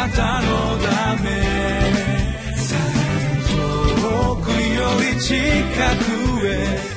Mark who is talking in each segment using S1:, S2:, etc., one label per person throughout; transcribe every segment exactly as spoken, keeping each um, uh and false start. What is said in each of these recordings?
S1: なたのため遠くより近くへ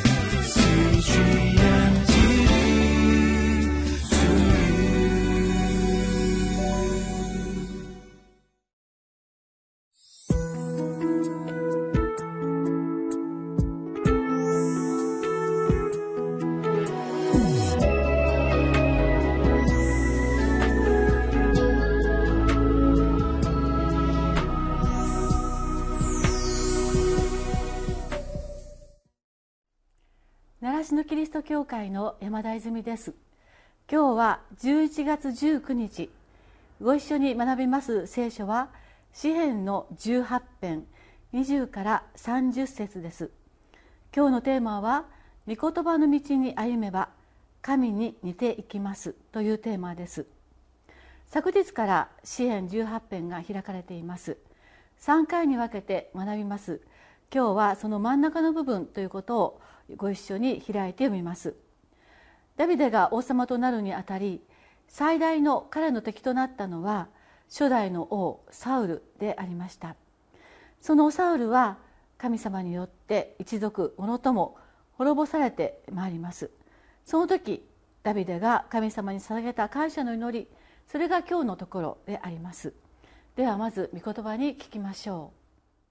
S2: 習志野キリスト教会の山田泉です。今日はじゅういちがつじゅうくにち、ご一緒に学びます聖書は詩編のじゅうはち編にじゅうからさんじゅっ節です。今日のテーマは御言葉の道に歩めば神に似ていきますというテーマです。昨日から詩編じゅうはち編が開かれています。さんかいに分けて学びます。今日はその真ん中の部分ということをご一緒に開いて読みます。ダビデが王様となるにあたり、最大の彼の敵となったのは初代の王サウルでありました。そのサウルは神様によって一族ものとも滅ぼされてまいります。その時ダビデが神様に捧げた感謝の祈り、それが今日のところであります。ではまず御言葉に聞きましょう。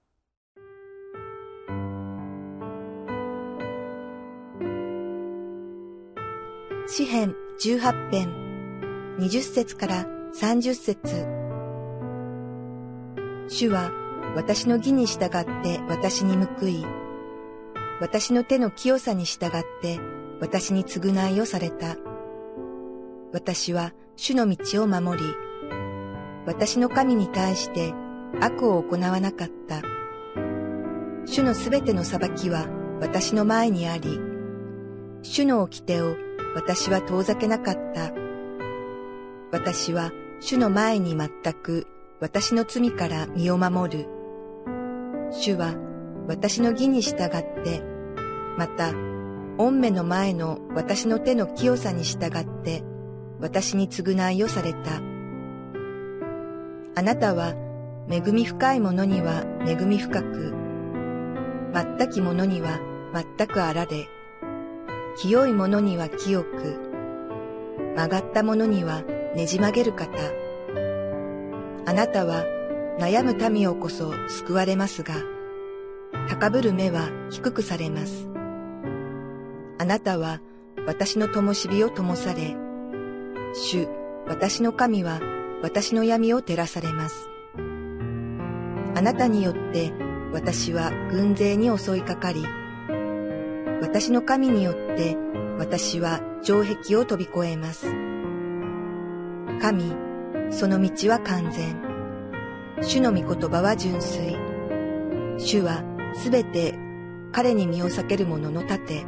S3: 詩編じゅうはち編にじゅっ節からさんじゅっ節。主は私の義に従って私に報い、私の手の清さに従って私に償いをされた。私は主の道を守り、私の神に対して悪を行わなかった。主のすべての裁きは私の前にあり、主の掟を私は遠ざけなかった。私は主の前に全く私の罪から身を守る。主は私の義に従って、また、御目の前の私の手の清さに従って、私に償いをされた。あなたは、恵み深い者には恵み深く、全き者には全くあられ、清い者には清く、曲がった者にはねじ曲げる方。あなたは悩む民をこそ救われますが、高ぶる目は低くされます。あなたは私の灯火を灯され、主、私の神は私の闇を照らされます。あなたによって私は軍勢に襲いかかり、私の神によって私は城壁を飛び越えます。神、その道は完全。主の御言葉は純粋。主はすべて彼に身を避ける者の盾。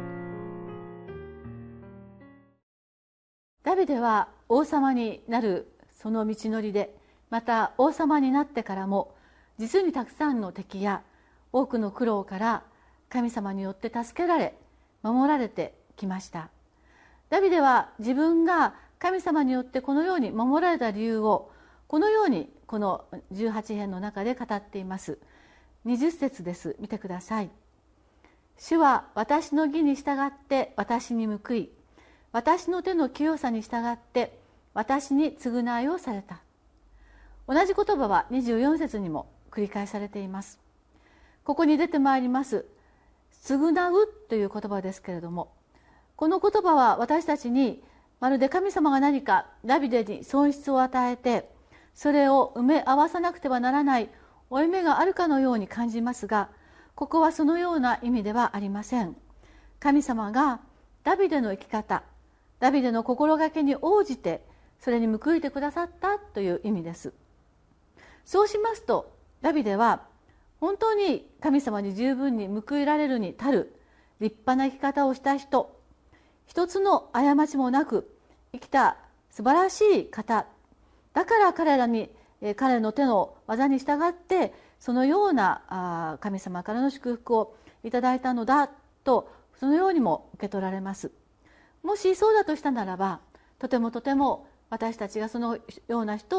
S2: ダビデは王様になるその道のりで、また王様になってからも実にたくさんの敵や多くの苦労から神様によって助けられ守られてきました。ダビデは自分が神様によってこのように守られた理由をこのようにこのじゅうはち編の中で語っています。にじゅっ節です。見てください。主は私の義に従って私に報い、私の手の清さに従って私に償いをされた。同じ言葉はにじゅうよん節にも繰り返されています。ここに出てまいります償うという言葉ですけれども、この言葉は私たちにまるで神様が何かダビデに損失を与えて、それを埋め合わさなくてはならない負い目があるかのように感じますが、ここはそのような意味ではありません。神様がダビデの生き方、ダビデの心がけに応じてそれに報いてくださったという意味です。そうしますと、ダビデは本当に神様に十分に報いられるに足る立派な生き方をした人、一つの過ちもなく生きた素晴らしい方だから彼らに彼の手の技に従ってそのような神様からの祝福をいただいたのだと、そのようにも受け取られます。もしそうだとしたならば、とてもとても私たちがそのような人を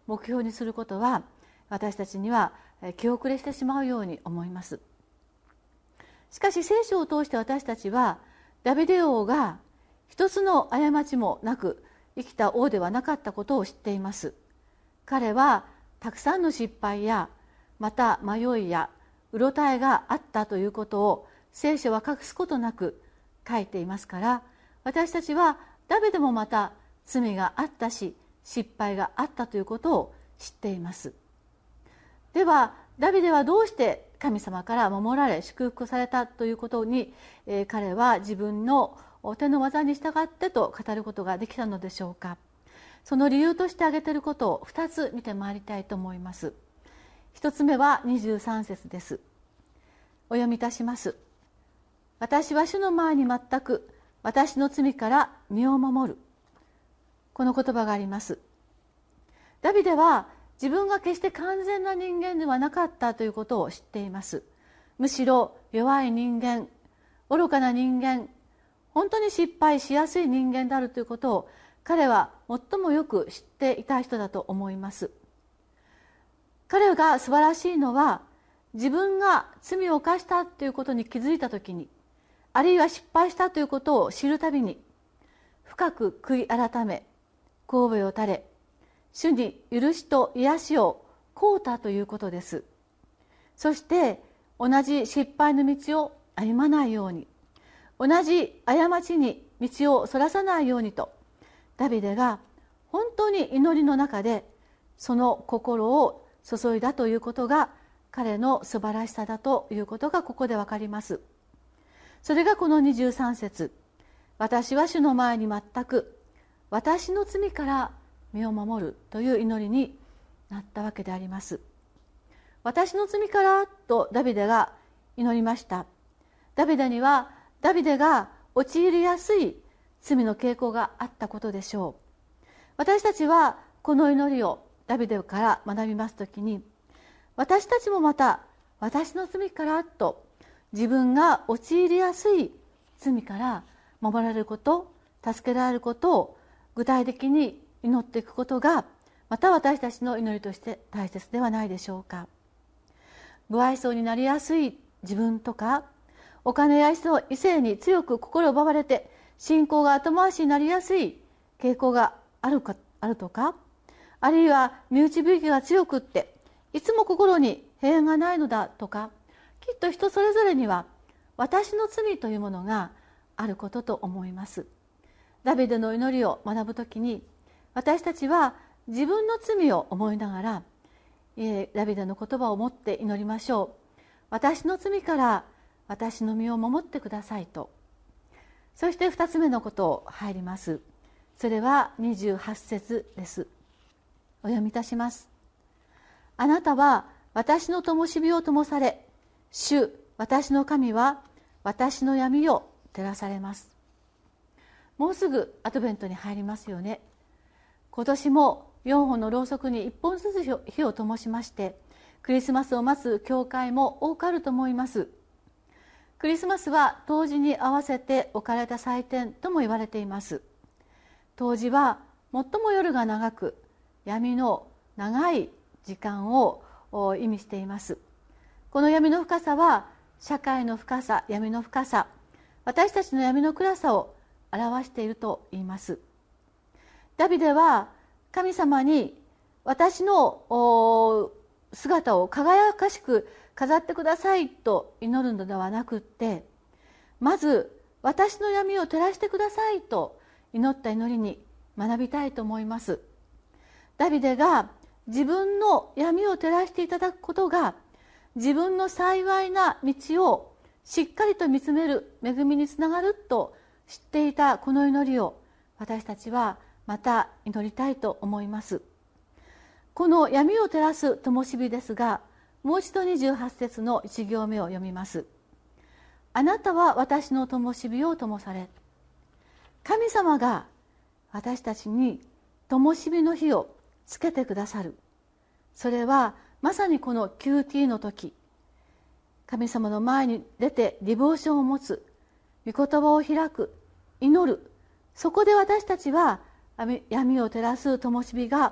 S2: 目標にすることは私たちには気遅れしてしまうように思います。しかし聖書を通して私たちはダビデ王が一つの過ちもなく生きた王ではなかったことを知っています。彼はたくさんの失敗やまた迷いやうろたえがあったということを聖書は隠すことなく書いていますから、私たちはダビデもまた罪があったし失敗があったということを知っています。ではダビデはどうして神様から守られ祝福されたということに、えー、彼は自分の手の技に従ってと語ることができたのでしょうか。その理由として挙げていることをふたつ見てまいりたいと思います。ひとつめはにじゅうさん節です。お読みいたします。私は主の前に全く私の罪から身を守る。この言葉があります。ダビデは自分が決して完全な人間ではなかったということを知っています。むしろ弱い人間、愚かな人間、本当に失敗しやすい人間であるということを彼は最もよく知っていた人だと思います。彼が素晴らしいのは、自分が罪を犯したということに気づいたときに、あるいは失敗したということを知るたびに深く悔い改め、頭を垂れ、主に許しと癒しを請うたということです。そして同じ失敗の道を歩まないように、同じ過ちに道をそらさないようにと、ダビデが本当に祈りの中でその心を注いだということが彼の素晴らしさだということがここでわかります。それがこのにじゅうさん節、私は主の前に全く私の罪から身を守るという祈りになったわけであります。私の罪からとダビデが祈りました。ダビデにはダビデが陥りやすい罪の傾向があったことでしょう。私たちはこの祈りをダビデから学びますときに、私たちもまた私の罪からと自分が陥りやすい罪から守られること、助けられることを具体的に祈っていくことがまた私たちの祈りとして大切ではないでしょうか。不愛想になりやすい自分とか、お金や異性に強く心を奪われて信仰が後回しになりやすい傾向があるか、あるとか、あるいは身内ぶりが強くっていつも心に平安がないのだとか、きっと人それぞれには私の罪というものがあることと思います。ダビデの祈りを学ぶときに、私たちは自分の罪を思いながら、えー、ダビデの言葉を持って祈りましょう。私の罪から私の身を守ってくださいと。そして二つ目のことを入ります。それはにじゅうはち節です。お読みいたします。あなたは私の灯火を灯され、主私の神は私の闇を照らされます。もうすぐアドベントに入りますよね。今年もよんほんのろうそくにいっぽんずつ火を灯しまして、クリスマスを待つ教会も多くあると思います。クリスマスは冬至に合わせて置かれた祭典とも言われています。冬至は最も夜が長く、闇の長い時間を意味しています。この闇の深さは社会の深さ、闇の深さ、私たちの闇の暗さを表していると言います。ダビデは神様に私の姿を輝かしく飾ってくださいと祈るのではなくって、まず私の闇を照らしてくださいと祈った祈りに学びたいと思います。ダビデが自分の闇を照らしていただくことが自分の幸いな道をしっかりと見つめる恵みにつながると知っていたこの祈りを私たちはまた祈りたいと思います。この闇を照らす灯火ですが、もう一度にじゅうはち節のいち行目を読みます。あなたは私の灯火を灯され。神様が私たちに灯火の火をつけてくださる。それはまさにこの キューティー の時、神様の前に出てディボーションを持つ、御言葉を開く、祈る、そこで私たちは闇を照らす灯火が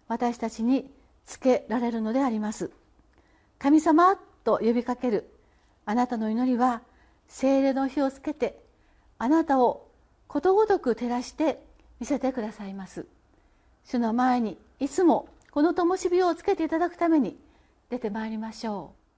S2: 私たちにつけられるのであります。神様と呼びかけるあなたの祈りは、聖霊の火をつけてあなたをことごとく照らして見せてくださいます。主の前にいつもこの灯火をつけていただくために出てまいりましょう。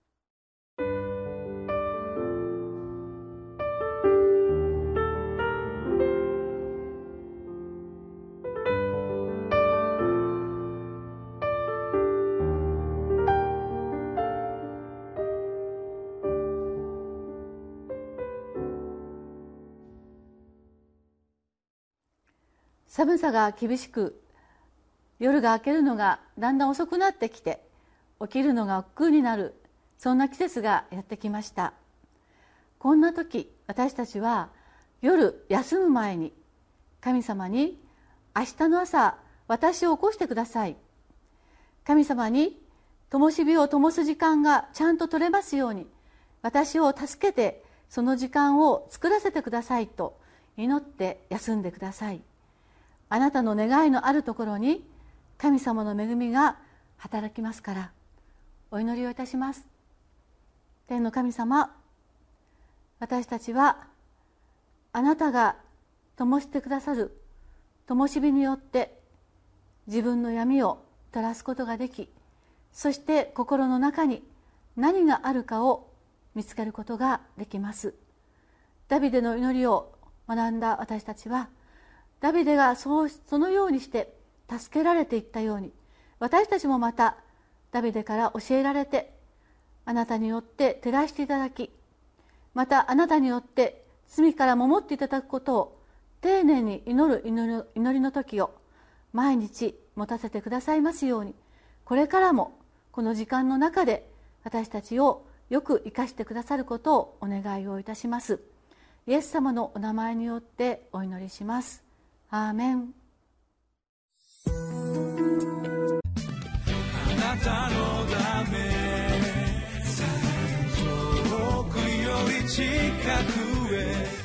S2: 寒さが厳しく、夜が明けるのがだんだん遅くなってきて、起きるのが億劫になる、そんな季節がやってきました。こんな時、私たちは夜休む前に神様に、明日の朝私を起こしてください、神様に灯火を灯す時間がちゃんと取れますように私を助けてその時間を作らせてくださいと祈って休んでください。あなたの願いのあるところに神様の恵みが働きますから、お祈りをいたします。天の神様、私たちはあなたが灯してくださる灯火によって自分の闇を照らすことができ、そして心の中に何があるかを見つけることができます。ダビデの祈りを学んだ私たちは、ダビデがそう、そのようにして助けられていったように、私たちもまたダビデから教えられて、あなたによって照らしていただき、またあなたによって罪から守っていただくことを丁寧に祈る祈り祈りの時を毎日持たせてくださいますように、これからもこの時間の中で私たちをよく生かしてくださることをお願いをいたします。イエス様のお名前によってお祈りします。アーメン。
S1: あなたのため遠くより近くへ